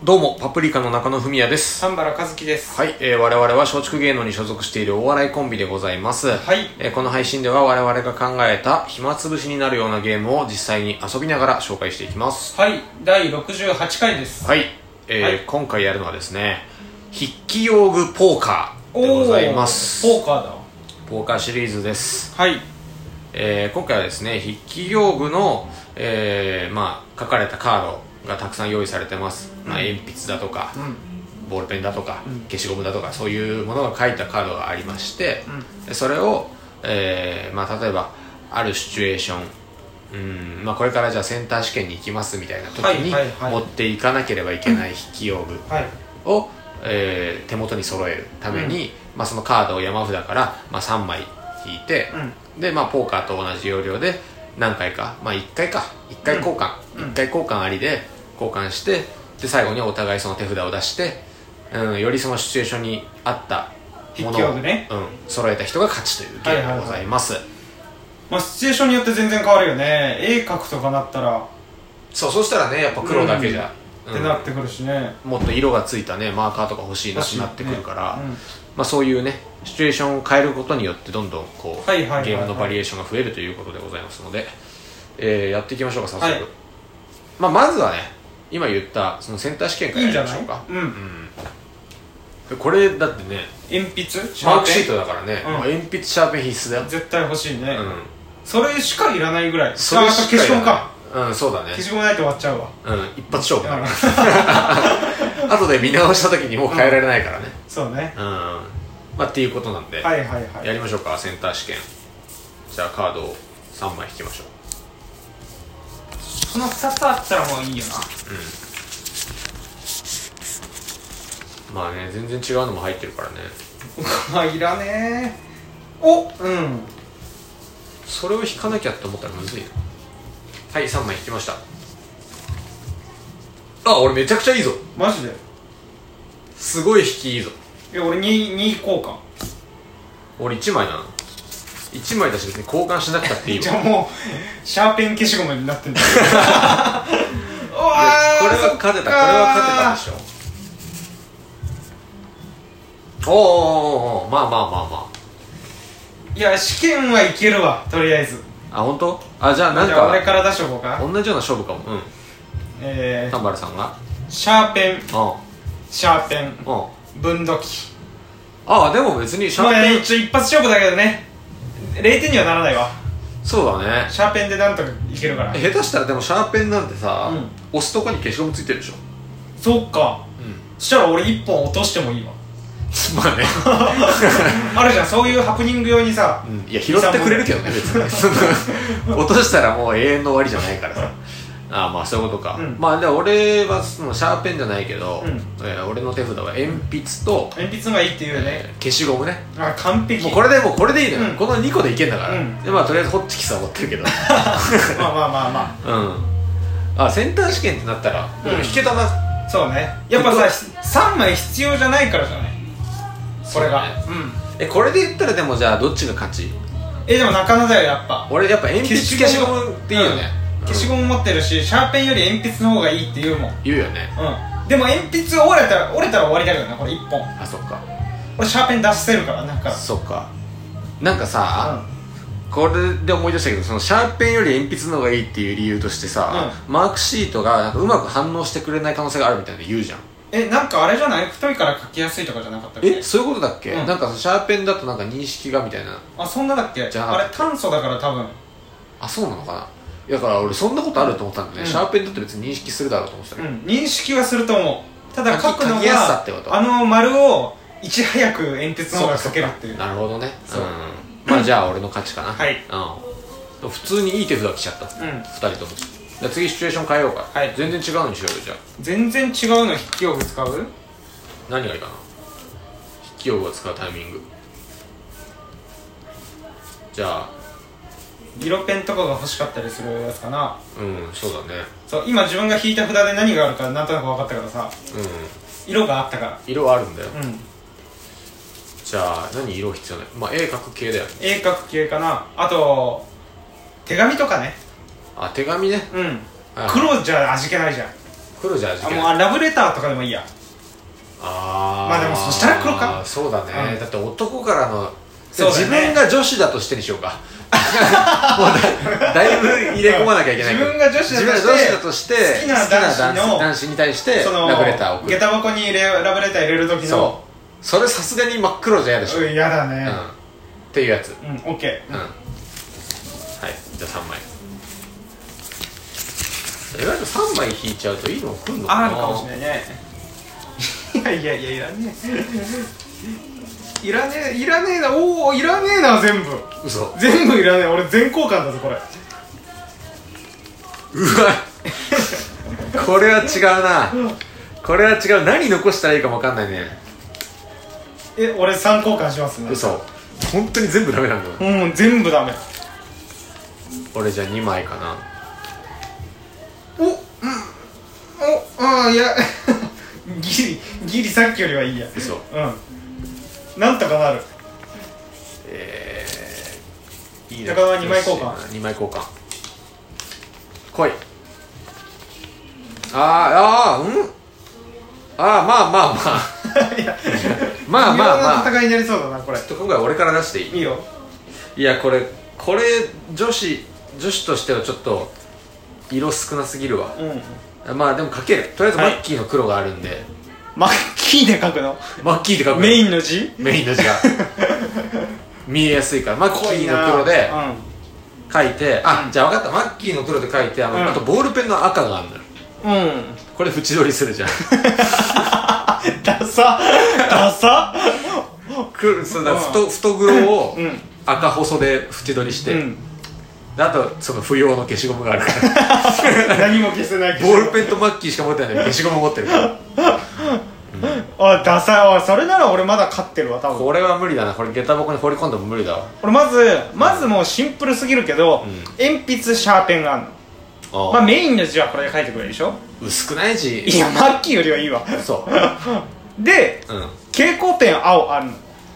どうもパプリカの中野文也です。 三原和樹です。 はい、我々は松竹芸能に所属しているお笑いコンビでございます。 はい、 この配信では我々が考えた暇つぶしになるようなゲームを実際に遊びながら紹介していきます。 はい、第68回です。 はい、今回やるのはですね、筆記用具ポーカーでございます。 ポーカーだ。 ポーカーシリーズです。 はい、 今回はですね、筆記用具の、書かれたカードがたくさん用意されてます。鉛筆だとか、ボールペンだとか、消しゴムだとか、そういうものが書いたカードがありまして、それを、例えばあるシチュエーション、これからじゃあセンター試験に行きますみたいな時に持っていかなければいけない筆記用具を、手元に揃えるために、そのカードを山札から、3枚引いて、で、ポーカーと同じ要領で何回か、1回交換、1回交換ありで交換して、で最後にお互いその手札を出して、よりそのシチュエーションに合ったものを、揃えた人が勝ちというゲームでございます。 シチュエーションによって全然変わるよね。絵描くとかなったらそうしたらね、やっぱ黒だけじゃ、 ってなってくるしね、 もっと色がついたねマーカーとか欲しいなってなってくるから、そういうねシチュエーションを変えることによってどんどんこうゲームのバリエーションが増えるということでございますので、やっていきましょうか早速。まずはね、今言ったそのセンター試験からやりましょうか。これだってね、 鉛筆マークシートだからね、鉛筆シャーペン必須だよ。 絶対欲しいね。それしかいらないぐらい。 それしか消しゴムか。 そうだね。 消しゴムないと終わっちゃうわ。 一発勝負だから後で見直した時にもう変えられないからね。 そうね。 っていうことなんで、やりましょうか。センター試験。じゃあカードを3枚引きましょう。 この2つあったらもういいよな。 全然違うのも入ってるからね。 いらねそれを引かなきゃって思ったらむずいな。はい、3枚引きました。俺めちゃくちゃいいぞ。 マジですごい引きいいぞ。 俺2交換。 俺1枚なの。1枚だし別に交換しなくたっていいわ。 じゃあもうシャーペン消しゴムになってんだこれは勝てたでしょ。 いや、試験はいけるわ、とりあえず。 本当？じゃあじゃあ俺から出しとこうか。 同じような勝負かも。田原さんがシャーペン分度器。 でも別にシャーペン一発勝負だけどね、0点にはならないわ。 そうだね。 シャーペンでなんとかいけるから。 下手したらでもシャーペンなんてさ、押すとこに消しゴムついてるでしょ。 そっか。そしたら俺1本落としてもいいわ。あるじゃん、そういうハプニング用にさ。 いや、拾ってくれるけどね、別に落としたらもう永遠の終わりじゃないからさ。そういうことか。で俺はそのシャーペンじゃないけど、俺の手札は鉛筆と鉛筆のがいいっていうね、 消しゴムね。 完璧。 もうこれでいいのよ。この2個でいけんだから。でとりあえずホッチキスは持ってるけどセンター試験ってなったら引けたな。 そうね。やっぱさ、3枚必要じゃないからじゃない、これが。 これで言ったらでもじゃあどっちが勝ち？ でも中野だよ、やっぱ。 俺やっぱ鉛筆消しゴムっていいよね。 消しゴム持ってるし、シャーペンより鉛筆の方がいいって言うもん。 言うよね。 でも鉛筆折れたら終わりだけどね、これ1本。 そっか。 俺シャーペン出せるから。 そっか。なんかさ、これで思い出したけど、そのシャーペンより鉛筆の方がいいっていう理由としてさ、マークシートがなんかうまく反応してくれない可能性があるみたいな言うじゃん。 なんかあれじゃない？太いから書きやすいとかじゃなかったっけ？ そういうことだっけ？なんかシャーペンだとなんか認識がみたいな。 そんなだっけ？あれ炭素だから多分。 そうなのかな。だから俺そんなことあると思ったんだね。シャーペンだって別に認識するだろうと思ってたけど。認識はすると思う。ただ書くの書きやすさってこと？ 丸をいち早く鉛筆の方が書けるっていう。 なるほどね。じゃあ俺の勝ちかな。普通にいい手札来ちゃった。2人とも。じゃあ次シチュエーション変えようか。全然違うのにしようよ。じゃあ全然違うの筆記用具使う？ 何がいいかな。筆記用具を使うタイミング。じゃあ色ペンとかが欲しかったりするやつかな。 そうだね。 今自分が引いた札で何があるかなんとなく分かったからさ。色があったから。 色はあるんだよ。じゃあ何色必要ない？絵描く系だよね。 絵描く系かな。あと手紙とかね。 手紙ね。 黒じゃ味気ないじゃん。 黒じゃ味気ない。 もうラブレターとかでもいいや。 まあでもそしたら黒か。 そうだね、だって男からの、 そうだね、 自分が女子だとしてにしようかもうだいぶ入れ込まなきゃいけない、 自分が女子だとして好きな男子に対してラブレターを送る。 下駄箱にラブレター入れる時の、 それさすがに真っ黒じゃ嫌でしょ。 嫌だね、 っていうやつ。 オッケー。 はい、じゃあ3枚。意外と3枚引いちゃうといいの来んのかな。 あるかもしれないねいらねえいらねえな。おお、いらねえな。全部嘘。 全部いらねえ。俺全交換だぞこれ。 うわこれは違うな。これは違う。何残したらいいかも分かんないね。 俺3交換しますね。 嘘。本当に全部ダメなんだ。 全部ダメ。 俺じゃあ2枚かな。 いやギリさっきよりはいいや。 嘘。 なんとかなる。 いい高田2枚交換。 2枚交換来い。まあいやまあ戦いになりそうだなこれ。 今回俺から出していい？ いいよ。 いやこれ女子としてはちょっと色少なすぎるわ。まあでも描ける。とりあえずマッキーの黒があるんで、 マッキーで描くの？ マッキーで描くの。 メインの字が見えやすいからマッキーの黒で描いて、じゃあ分かった。マッキーの黒で描いて、あとボールペンの赤があるのよ。これ縁取りするじゃんダサ太黒を赤細で縁取りして、あとその不要の消しゴムがあるから何も消せないボールペンとマッキーしか持ってないのに消しゴム持ってるからダサい。それなら俺まだ勝ってるわ多分。 これは無理だな。これ下駄箱に放り込んでも無理だわ。 俺まずもうシンプルすぎるけど、鉛筆シャーペンがあるの。メインの字はこれで書いてくれるでしょ。 薄くない字。 いやマッキーよりはいいわ。 そうで、蛍光ペン青あるの。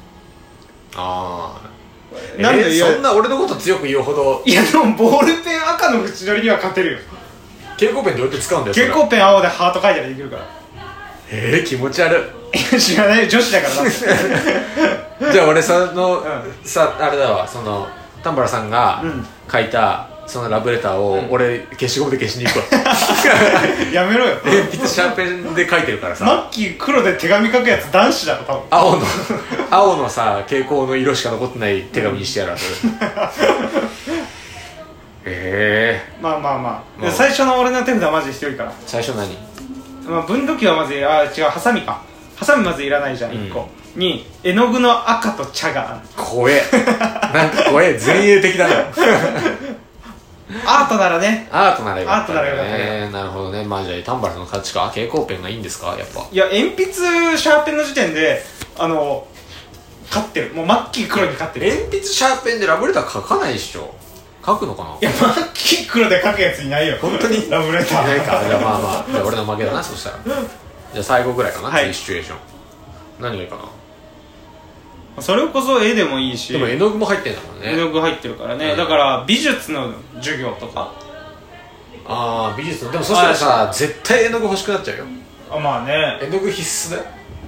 なんでそんな俺のこと強く言うほど。 いやでもボールペン赤の縁取りには勝てるよ。 蛍光ペンどうやって使うんだよ。 蛍光ペン青でハート書いたらできるから。 気持ち悪い。 知らない女子だからだってじゃあ俺さあれだわ、その丹原さんが書いたそのラブレターを俺消しゴムで消しに行くわやめろよ。 鉛筆シャーペンで書いてるからさ。 マッキー黒で手紙書くやつ男子だろ多分。 青のさ蛍光の色しか残ってない手紙にしてやるわそれまあ最初の俺の手札はマジで強いから。 最初何？ 分度器はまず違う、ハサミか。ハサミまずいらないじゃん1個に絵の具の赤と茶がある。 怖えなんか怖え。前衛的だなアートならね。 アートならよかったね。 なるほどね。まあじゃあ丹原の勝ちか。蛍光ペンがいいんですかやっぱ。 いや鉛筆シャーペンの時点で勝ってる。もうマッキー黒に勝ってる。 鉛筆シャーペンでラブレター書かないでしょ。書くのかな。 いやマッキー黒で書くやついないよ本当に。 ラブレターいないか。じゃあまあじゃあ俺の負けだなそしたら。じゃあ最後ぐらいかな、次シチュエーション。何がいいかな。 それこそ絵でもいいし。 でも絵の具も入ってんだもんね。 絵の具入ってるからね、だから美術の授業とか。 美術の。でもそしたらさ絶対絵の具欲しくなっちゃうよ。 まあね。 絵の具必須だよ。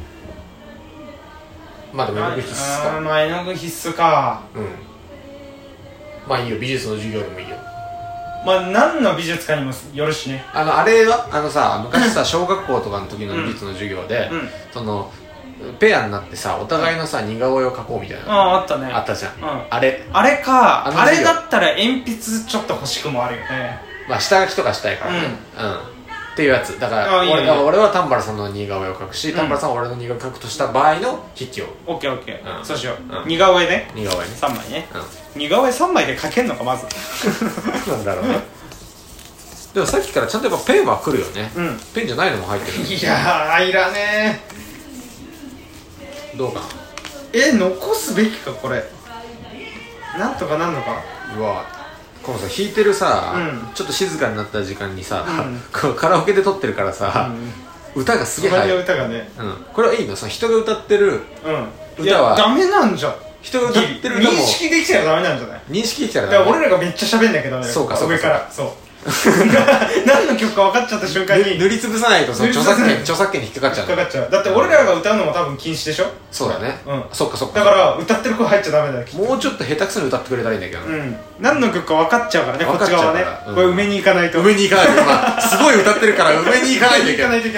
まあでも絵の具必須か。 絵の具必須か。 まあいいよ、美術の授業でもいいよ。 何の美術かにもよるしね。 あれはさ昔さ小学校とかの時の美術の授業で、そのペアになってさお互いのさ似顔絵を描こうみたいな。 あったね。 あったじゃん。あれか。あれだったら鉛筆ちょっと欲しくもあるよね。 まあ下書きとかしたいからね。っていうやつだから。俺は丹原さんの似顔絵を描くし、丹原さんは俺の似顔絵を描くとした場合の筆記を。 オッケー。そうしよう。似顔絵ね。 似顔絵ね。 3枚ね。似顔絵3枚で描けんのかまず。 なんだろうね。でもさっきからちゃんとやっぱペンは来るよね。ペンじゃないのも入ってる。 いやいらねえ。どうかな。 残すべきかこれ。なんとかなんのか。 うわこのさ弾いてるさ、ちょっと静かになった時間にさ、カラオケで撮ってるからさ、歌がすげえ入る。 歌がね。 これはいいの。その人が歌ってる歌はダメなんじゃ。 人が歌ってる歌も認識できたらダメなんじゃない。 認識できたらダメ。俺らがめっちゃ喋んなきゃダメだよ。 そうか上から。そう何の曲か分かっちゃった瞬間に塗りつぶさないとその著作権に引っかかっちゃう。 引っかかっちゃう。だって俺らが歌うのも多分禁止でしょ。 そうだね。 うん。 そっかそっか。 だから歌ってる声入っちゃダメだよ。 もうちょっと下手くそに歌ってくれたらいいんだけど。 何の曲か分かっちゃうからね、こっち側はね。これ埋めに行かないと。 埋めに行かないと。今すごい歌ってるから埋めに行かないといけない。 2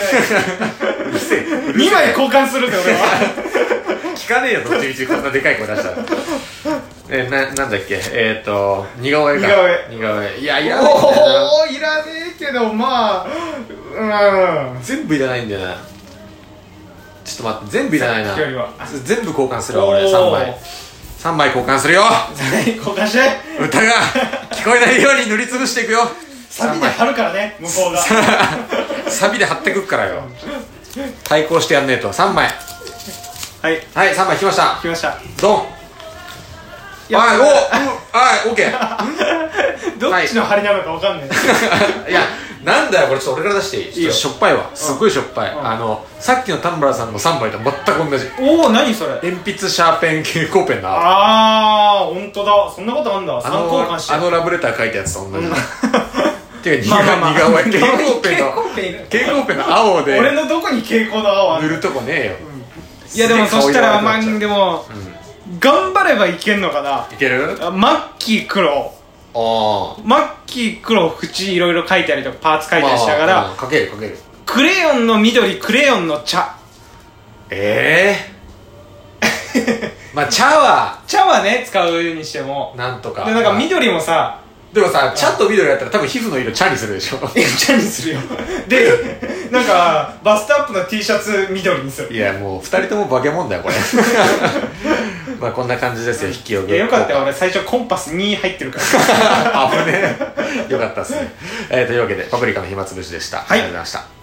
枚交換するって俺は。 聞かねえよ、どっちみちこんなでかい声出したら。なんだっけ、似顔絵か。似顔絵。いや、いらないんだよな。 いらねえけど、まあ、 全部いらないんだよな。ちょっと待って、全部いらないな。全部交換するわ、俺。3枚交換するよ。 交換して。 歌が聞こえないように塗りつぶしていくよ。 サビで貼るからね、向こうが。 サビで貼ってくっからよ。対抗してやんねえと。3枚。はい、3枚来ました。 来ました。 ドン。はい、オッケー。 どっちの張りなのかわかんない。 いや、なんだよ、これちょっと俺から出していい？ちょっとしょっぱいわ。すっごいしょっぱい。さっきの田村さんの3枚と全く同じ。 おお、何それ？ 鉛筆、シャーペン、蛍光ペンな。 あー、ほんとだ。そんなことあんだ。参考感して。 ラブレター書いたやつと同じ。てか、似顔絵。蛍光ペンの青で。 俺のどこに蛍光の青ある？ 塗るとこねえよ。 いやでもそしたら、まあでも頑張ればいけんのかな。 いける？ マッキー黒。マッキー黒縁いろいろ書いたりとかパーツ書いたりしながら、 かけるクレヨンの緑、クレヨンの茶。 まあ茶はね、使うにしてもなんとか。 で、なんか緑もさ、 でもさ、茶と緑やったら多分皮膚の色茶にするでしょ。 茶にするよ。で、なんかバストアップの T シャツ緑にする。 いや、もう2人とも化け物だよこれ。まあこんな感じですよ、筆記用具。 よかったよ、俺最初コンパス2入ってるから。 危ねえ。よかったっすね。というわけでパプリカの暇つぶしでした。ありがとうございました。